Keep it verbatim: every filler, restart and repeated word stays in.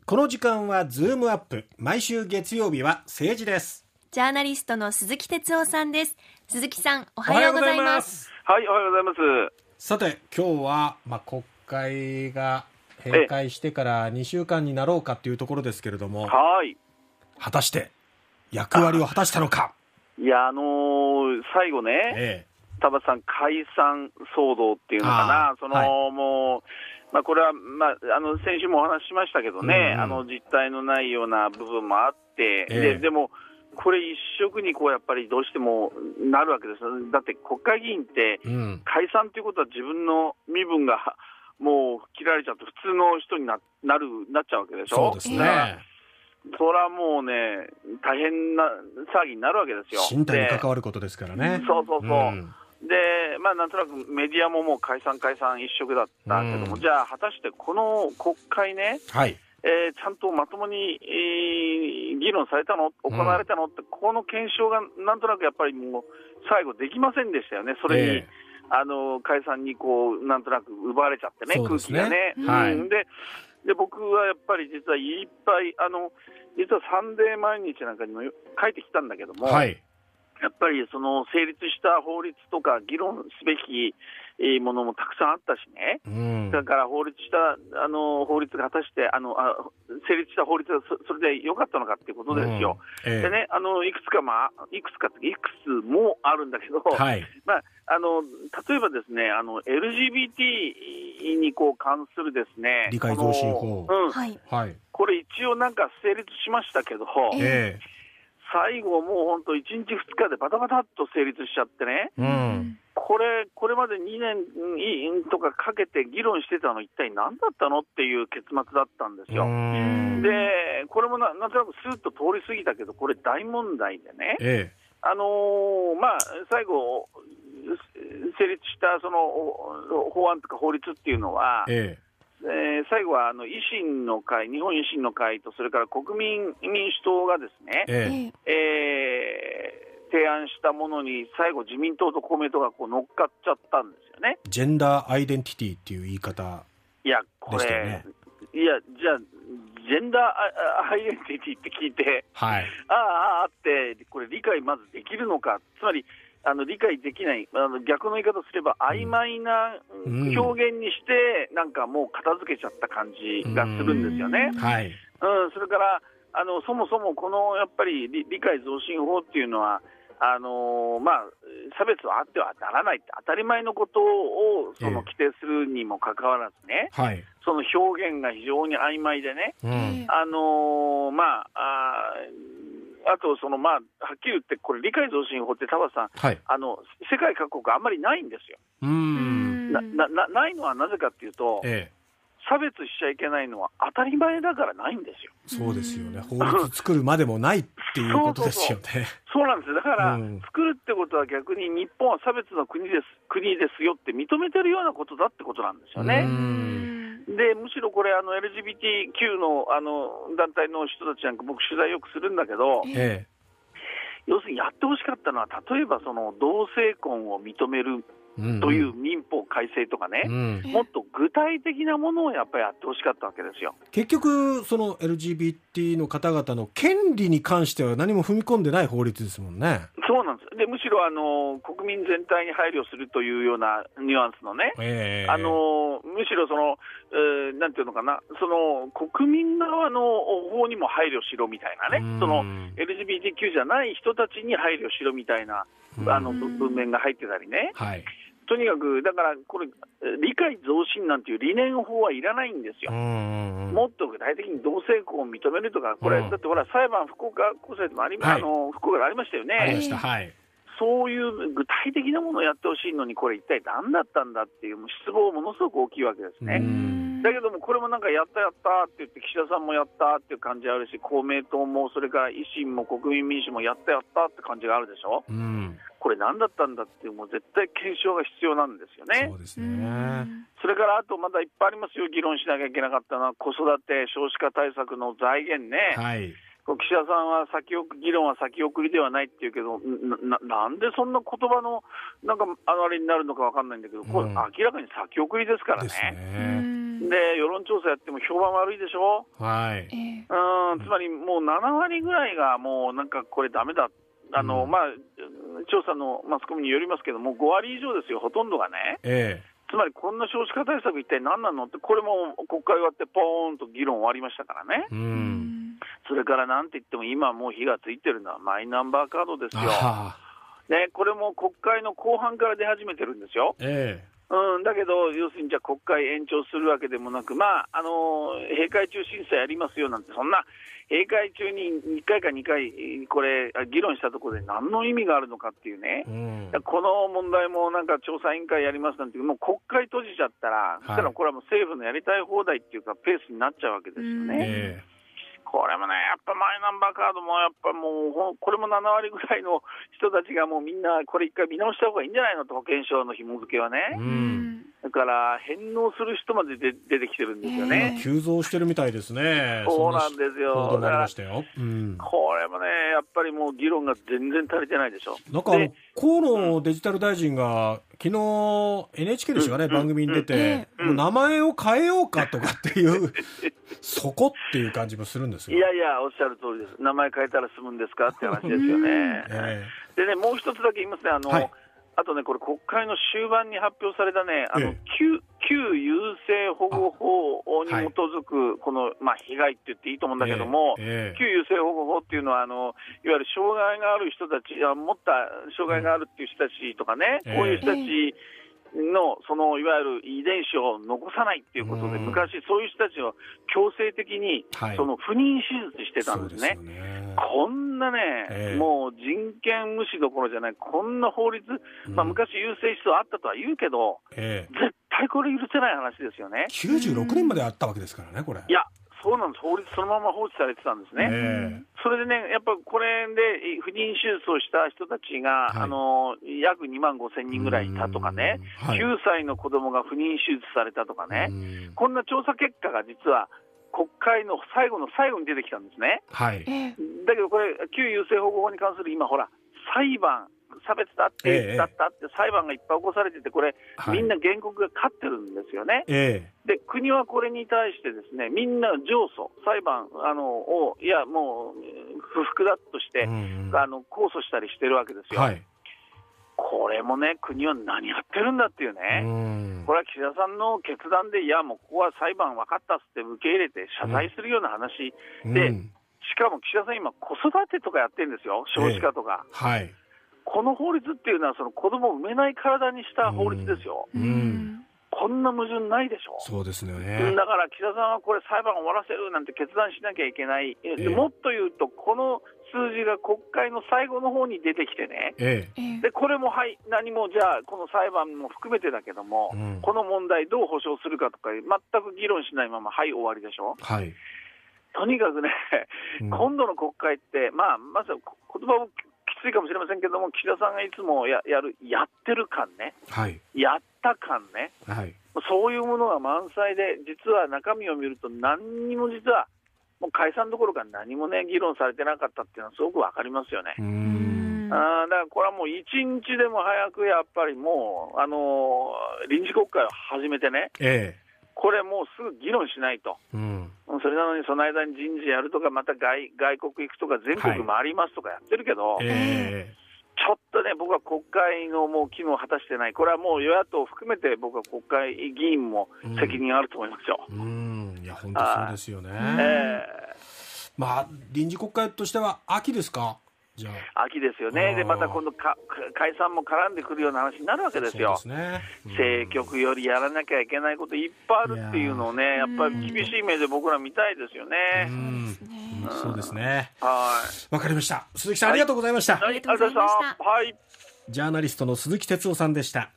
この時間はズームアップ。毎週月曜日は政治です。 ジャーナリストの鈴木哲夫さんです。鈴木さん、おはようございます。 はい、おはようございます。 さて今日は、まあ、国会が閉会してからにしゅうかんになろうかというところですけれども、 はい、 果たして役割を果たしたのか。 いや、あのー、最後ね、ええ、田畑さん解散騒動っていうのかな、その、はい、もうまあ、これは、まあ、あの先週もお話ししましたけどね、うんうん、あの実態のないような部分もあって、ええ、で, でもこれ一色にこうやっぱりどうしてもなるわけです。だって国会議員って解散ということは自分の身分がもう切られちゃって普通の人に な, なるなっちゃうわけでしょ。 そうですね。 それはもうね大変な騒ぎになるわけですよ。 身体に関わることですからね。 そうそうそう、うんでまあ、なんとなくメディアももう解散解散一色だったけども、うん、じゃあ果たしてこの国会ね、はいえー、ちゃんとまともに、えー、議論されたの行われたのって、うん、この検証がなんとなくやっぱりもう最後できませんでしたよね。それに、えー、あの解散にこうなんとなく奪われちゃってね、空気がね、はい、でで僕はやっぱり実はいっぱいあの実はサンデー毎日なんかにも書いてきたんだけども、はいやっぱりその成立した法律とか議論すべきものもたくさんあったしね、うん、だから法律したあの法律が果たしてあのあ成立した法律が そ, それで良かったのかっていうことですよ、うんええ、でねあのいくつか、まあ、いくつかいくつもあるんだけど、はいまあ、あの例えばですねあの エルジービーティー にこう関するですね理解増進法、 うんはいはい、これ一応なんか成立しましたけど、ええ最後もう本当いちにちふつかでバタバタっと成立しちゃってね、うん、これこれまでにねんとかかけて議論してたの一体何だったのっていう結末だったんですよ。でこれも な, なんとなくスーッと通り過ぎたけどこれ大問題でね、ええあのーまあ、最後成立したその法案とか法律っていうのは、えええー、最後はあの維新の会、日本維新の会とそれから国民民主党がですね、えええー、提案したものに最後自民党と公明党がこう乗っかっちゃったんですよね。 ジェンダーアイデンティティっていう言い方でしたよね。 いやこれいやじゃあジェンダーアイデンティティって聞いて、はい、あああってこれ理解まずできるのか、つまりあの理解できない、あの逆の言い方すれば曖昧な表現にして、うん、なんかもう片付けちゃった感じがするんですよね、うんはいうん、それからあのそもそもこのやっぱり 理, 理解増進法っていうのはあのーまあ、差別はあってはならないって当たり前のことをその規定するにもかかわらずね、えーはい、その表現が非常に曖昧でね、うんあのーまあああとその、まあ、はっきり言ってこれ理解増進法って田畑さん、はい、あの世界各国あんまりないんですよ。うーん な, な, な, ないのはなぜかっていうと、ええ、差別しちゃいけないのは当たり前だからないんですよ。 そうですよね。法律作るまでもないっていうことですよね。 そうそうそうそうなんですよ。だから、うん、作るってことは逆に日本は差別の国です国ですよって認めてるようなことだってことなんですよね。うんでむしろこれあの エルジービーティーキュー の, あの団体の人たちなんか僕取材よくするんだけど、ええ、要するにやってほしかったのは例えばその同性婚を認めるという民法改正とかね、うんうん、もっと具体的なものをやっぱりやってほしかったわけですよ。 結局その エルジービーティー の方々の権利に関しては何も踏み込んでない法律ですもんね。 そうなんです。でむしろあの国民全体に配慮するというようなニュアンスのね、えー、あのむしろその、えー、なんていうのかな、その国民側の方にも配慮しろみたいなね、その エルジービーティーキュー じゃない人たちに配慮しろみたいなあの文面が入ってたりね、はいとにかくだからこれ理解増進なんていう理念法はいらないんですよ。うんうん、もっと具体的に同性婚を認めるとかこれ、うん、だってほら裁判福岡高裁でもあり、はい、あの福岡でありましたよね。 ありました、はい、 そういう具体的なものをやってほしいのにこれ一体何だったんだっていう失望ものすごく大きいわけですね。だけどもこれもなんかやったやったって言って岸田さんもやったっていう感じあるし公明党もそれから維新も国民民主もやったやったって感じがあるでしょ。うんこれ何だったんだっていうもう絶対検証が必要なんですよね。 そうですね。 それからあとまだいっぱいありますよ。議論しなきゃいけなかったのは子育て少子化対策の財源ね、はい、岸田さんは先送議論は先送りではないっていうけど な, なんでそんな言葉のなんかあれになるのか分かんないんだけど、うん、これ明らかに先送りですからね。ですね。 で世論調査やっても評判悪いでしょ、 はい、 うん、つまりもうななわりぐらいがもうなんかこれダメだ、あの、うん、まあ、調査のマスコミによりますけどもごわり以上ですよ、ほとんどがね、 ええ、 つまりこんな少子化対策一体何なのって、これも国会終わってポーンと議論終わりましたからね、 うん、 それからなんて言っても今もう火がついてるのはマイナンバーカードですよ、ね、これも国会の後半から出始めてるんですよ、 ええ、 うん、だけど要するにじゃあ国会延長するわけでもなく、まああの閉会中審査やりますよなんて、そんな閉会中にいっかいかにかいこれ議論したところで何の意味があるのかっていうね、うん、この問題もなんか調査委員会やりますなんて、もう国会閉じちゃったら、はい、そしたらこれはもう政府のやりたい放題っていうかペースになっちゃうわけですよね、えーこれもね、やっぱマイナンバーカードもやっぱもうこれもななわりぐらいの人たちがもうみんなこれ一回見直した方がいいんじゃないのと、保険証の紐付けはね、うん、だから返納する人までで出てきてるんですよね、 えー、急増してるみたいですね。 そうなんですよ、 報道もありましたよ、うん、 これもねやっぱりもう議論が全然足りてないでしょ。 なんかあの河野デジタル大臣が昨日 エヌエイチケー でしたかね、うん、番組に出て、うんうん、もう名前を変えようかとかっていうそこっていう感じもするんですよ。 いやいや、おっしゃる通りです。名前変えたら済むんですかって話ですよね。 えー、でね、もう一つだけ言いますね。あの、はい、あとね、これ国会の終盤に発表されたね、あの、えー、旧、旧優生保護法に基づく、この、はい、まあ、被害って言っていいと思うんだけども、えーえー、旧優生保護法っていうのは、あの、いわゆる障害がある人たち、持った障害があるっていう人たちとかね、うん、こういう人たち、えーのそのいわゆる遺伝子を残さないということで、昔、そういう人たちを強制的にその不妊手術してたんですね、はい、ねこんなね、えー、もう人権無視どころじゃない、こんな法律、まあ、昔、優生思想あったとは言うけど、えー、絶対これ許せない話ですよね。 きゅうじゅうろくねんまであったわけですからね、これ。 いやそうなんです、法律そのまま放置されてたんですね、えー、それでね、やっぱこれで不妊手術をした人たちが、はい、あの約にまんごせんにんぐらいいたとかね、はい、きゅうさいの子供が不妊手術されたとかね、こんな調査結果が実は国会の最後の最後に出てきたんですね、はい、だけどこれ、旧優生保護法に関する今、ほら、裁判、差別だって、だったって裁判がいっぱい起こされてて、これ、はい、みんな原告が勝ってるんですよね、えー、で国はこれに対してですね、みんな上訴、裁判あのを、いや、もう不服だとして、うんうん、あの控訴したりしてるわけですよ、はい、これもね、国は何やってるんだっていうね、うんこれは岸田さんの決断で、いや、もうここは裁判分かったっつって受け入れて謝罪するような話、うん、で、しかも岸田さん、今、子育てとかやってるんですよ、少子化とか。えーはいこの法律っていうのはその子供を産めない体にした法律ですよ、うんうん、こんな矛盾ないでしょ。 そうですよね。 だから岸田さんはこれ裁判終わらせるなんて決断しなきゃいけない、えー、もっと言うとこの数字が国会の最後の方に出てきてね、えー、でこれもはい何もじゃあこの裁判も含めてだけども、うん、この問題どう保障するかとか全く議論しないままはい終わりでしょ、はい、とにかくね、うん、今度の国会って、まあ、まず言葉をきついかもしれませんけども、岸田さんがいつも や, やるやってる感ね、はい、やった感ね、はい、そういうものが満載で、実は中身を見ると何にも実はもう解散どころか何もね議論されてなかったっていうのはすごくわかりますよね。うーんあだからこれはもう一日でも早くやっぱりもう、あのー、臨時国会を始めてね、ええこれもうすぐ議論しないと、うん、それなのにその間に人事やるとかまた 外, 外国行くとか全国回りますとかやってるけど、はいえー、ちょっとね僕は国会のもう機能を果たしてない、これはもう与野党を含めて僕は国会議員も責任あると思いますよ。 うん、うんいや本当そうですよね。えー、まあ臨時国会としては秋ですか。じゃあ秋ですよね。でまた今度か解散も絡んでくるような話になるわけですよ。そうですね、政局よりやらなきゃいけないこといっぱいあるっていうのをね、やっぱり厳しい目で僕ら見たいですよね。 うんそうですね。はいわかりました。鈴木さん、はい、ありがとうございました。 ありがとうございました。 はい、 ジャーナリストの鈴木哲夫さんでした。